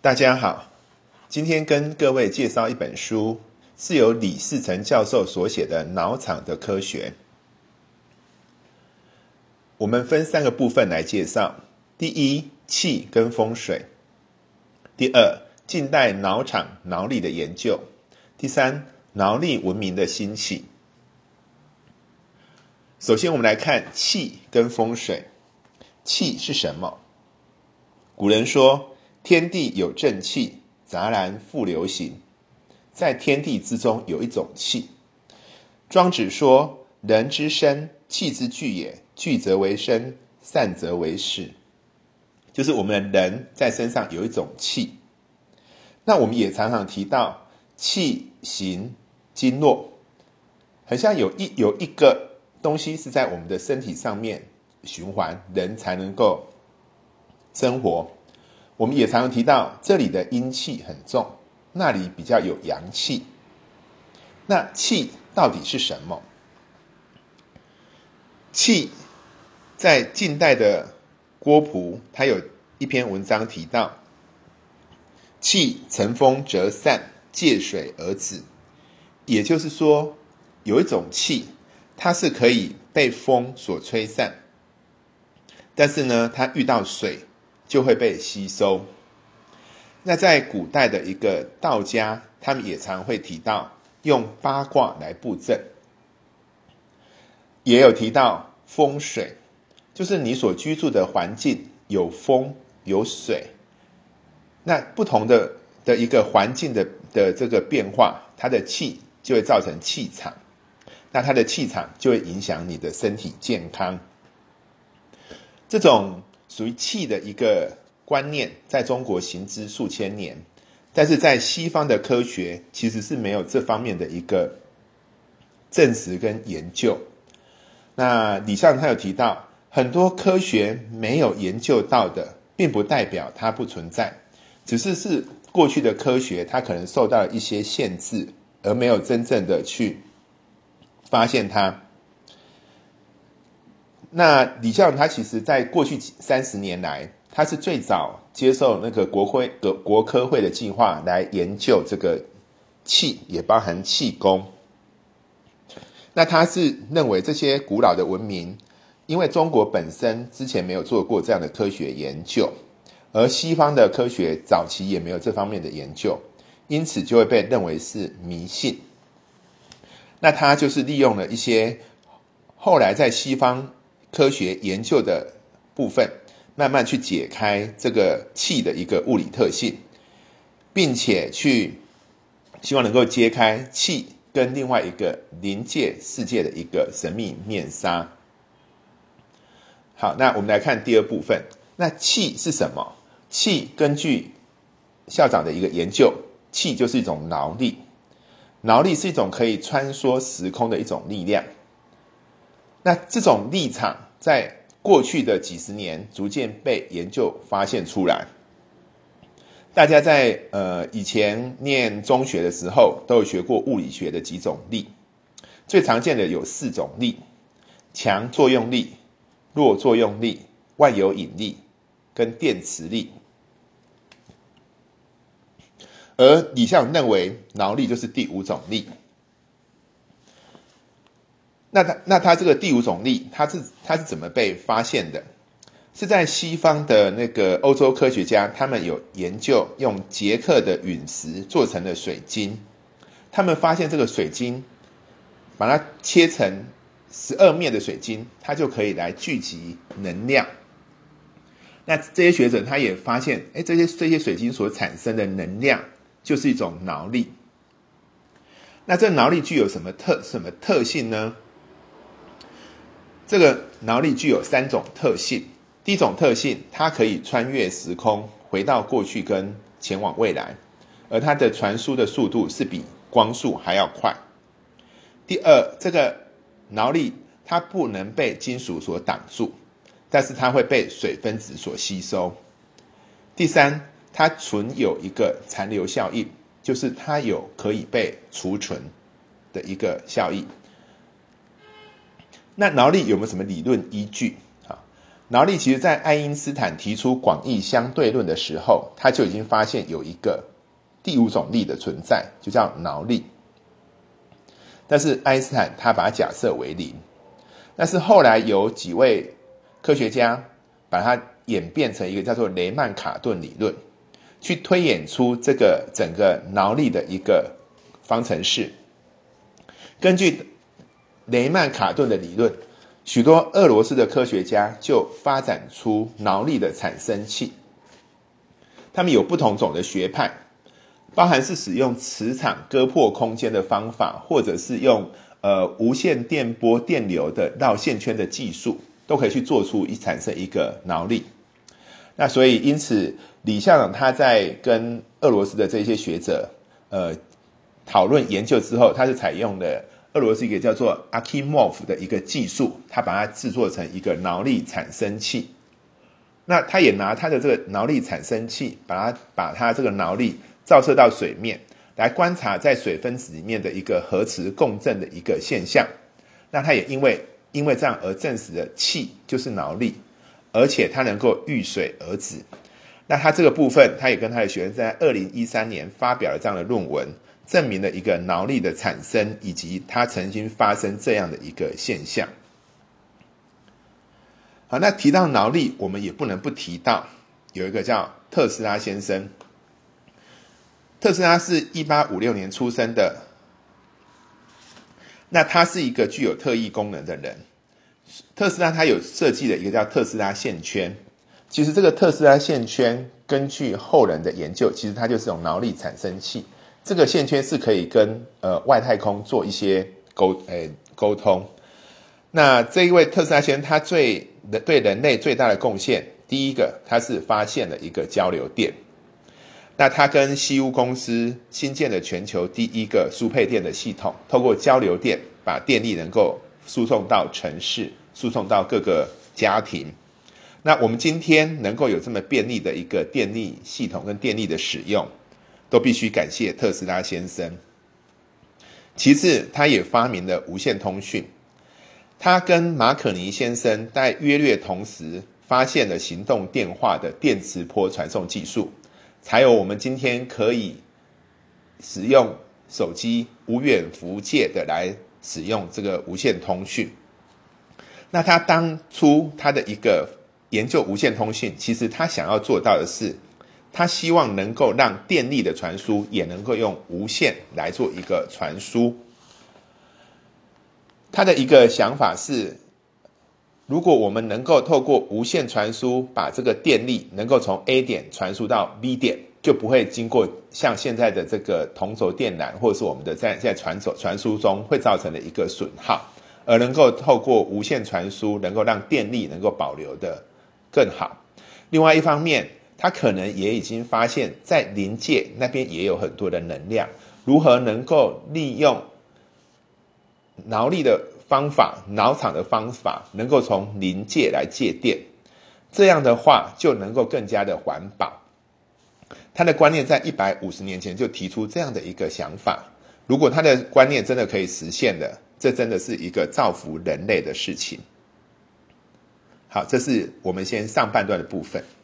大家好，今天跟各位介绍一本书，是由李世成教授所写的《脑场的科学》。我们分3个部分来介绍：第一，气跟风水；第二，近代脑场脑力的研究；第三，脑力文明的兴起。首先，我们来看气跟风水。气是什么？古人说，天地有正气，杂然复流行。在天地之中有一种气。庄子说，人之生，气之聚也，聚则为声，散则为势。就是我们的人在身上有一种气。那我们也常常提到气行经络，很像有一个东西是在我们的身体上面循环，人才能够生活。我们也常常提到这里的阴气很重，那里比较有阳气。那气到底是什么？气在近代的郭璞，他有一篇文章提到，气乘风则散，借水而止。也就是说，有一种气，它是可以被风所吹散，但是呢，它遇到水就会被吸收。那在古代的一个道家，他们也常会提到用八卦来布阵，也有提到风水，就是你所居住的环境有风有水，那不同的一个环境的这个变化，它的气就会造成气场，那它的气场就会影响你的身体健康。这种属于气的一个观念在中国行之数千年，但是在西方的科学其实是没有这方面的一个证实跟研究。那李尚他有提到，很多科学没有研究到的，并不代表它不存在，只是过去的科学它可能受到了一些限制，而没有真正的去发现它。那李孝仁他其实在过去30年来，他是最早接受那个国科会的计划来研究这个气，也包含气功。那他是认为这些古老的文明，因为中国本身之前没有做过这样的科学研究，而西方的科学早期也没有这方面的研究，因此就会被认为是迷信。那他就是利用了一些后来在西方科学研究的部分，慢慢去解开这个气的一个物理特性，并且去希望能够揭开气跟另外一个临界世界的一个神秘面纱。好，那我们来看第二部分。那气是什么？气根据校长的一个研究，气就是一种脑力。脑力是一种可以穿梭时空的一种力量。那这种力场在过去的几十年逐渐被研究发现出来。大家在以前念中学的时候都有学过物理学的几种力，最常见的有4种力：强作用力、弱作用力、万有引力跟电磁力。而李孝仁认为脑力就是第5种力。那他这个第5种力，它是怎么被发现的？是在西方的那个欧洲科学家，他们有研究用捷克的陨石做成的水晶，他们发现这个水晶把它切成12面的水晶，它就可以来聚集能量。那这些学者他也发现，这些水晶所产生的能量就是一种脑力。那这脑力具有什么特性呢？这个脑力具有3种特性。第一种特性，它可以穿越时空，回到过去跟前往未来，而它的传输的速度是比光速还要快。第二，这个脑力它不能被金属所挡住，但是它会被水分子所吸收。第三，它存有一个残留效应，就是它有可以被储存的一个效应。那脑力有没有什么理论依据？ 脑力其实在爱因斯坦提出广义相对论的时候，他就已经发现有一个第五种力的存在，就叫脑力。但是爱因斯坦他把它假设为零，但是后来有几位科学家把它演变成一个叫做雷曼卡顿理论，去推演出这个整个脑力的一个方程式。根据雷曼卡顿的理论，许多俄罗斯的科学家就发展出脑力的产生器。他们有不同种的学派，包含是使用磁场割破空间的方法，或者是用无线电波电流的绕线圈的技术，都可以去做出产生一个脑力。那所以因此李校长他在跟俄罗斯的这些学者讨论研究之后，他是采用了俄罗斯一个叫做 Akimov 的一个技术，他把它制作成一个脑力产生器。那他也拿他的这个脑力产生器，把它这个脑力照射到水面，来观察在水分子里面的一个核磁共振的一个现象。那他也因为这样而证实了气就是脑力，而且它能够遇水而止。那他这个部分，他也跟他的学生在2013年发表了这样的论文，证明了一个脑力的产生，以及它曾经发生这样的一个现象。好，那提到脑力，我们也不能不提到有一个叫特斯拉先生。特斯拉是1856年出生的，那他是一个具有特异功能的人。特斯拉他有设计了一个叫特斯拉线圈，其实这个特斯拉线圈根据后人的研究，其实它就是种脑力产生器。这个线圈是可以跟外太空做一些沟通。那这一位特斯拉先生，他对人类最大的贡献，第一个他是发现了一个交流电。那他跟西屋公司新建了全球第一个输配电的系统，透过交流电把电力能够输送到城市，输送到各个家庭。那我们今天能够有这么便利的一个电力系统跟电力的使用，都必须感谢特斯拉先生。其次，他也发明了无线通讯。他跟马可尼先生在约略同时发现了行动电话的电磁波传送技术，才有我们今天可以使用手机无远弗届的来使用这个无线通讯。那他当初他的一个研究无线通讯，其实他想要做到的是，他希望能够让电力的传输也能够用无线来做一个传输。他的一个想法是，如果我们能够透过无线传输，把这个电力能够从 A 点传输到 B 点，就不会经过像现在的这个同轴电缆，或者是我们的在传输中会造成的一个损耗，而能够透过无线传输，能够让电力能够保留的更好。另外一方面，他可能也已经发现，在临界那边也有很多的能量，如何能够利用脑力的方法，脑场的方法，能够从临界来借电，这样的话就能够更加的环保。他的观念在150年前就提出这样的一个想法，如果他的观念真的可以实现了，这真的是一个造福人类的事情。好，这是我们先上半段的部分。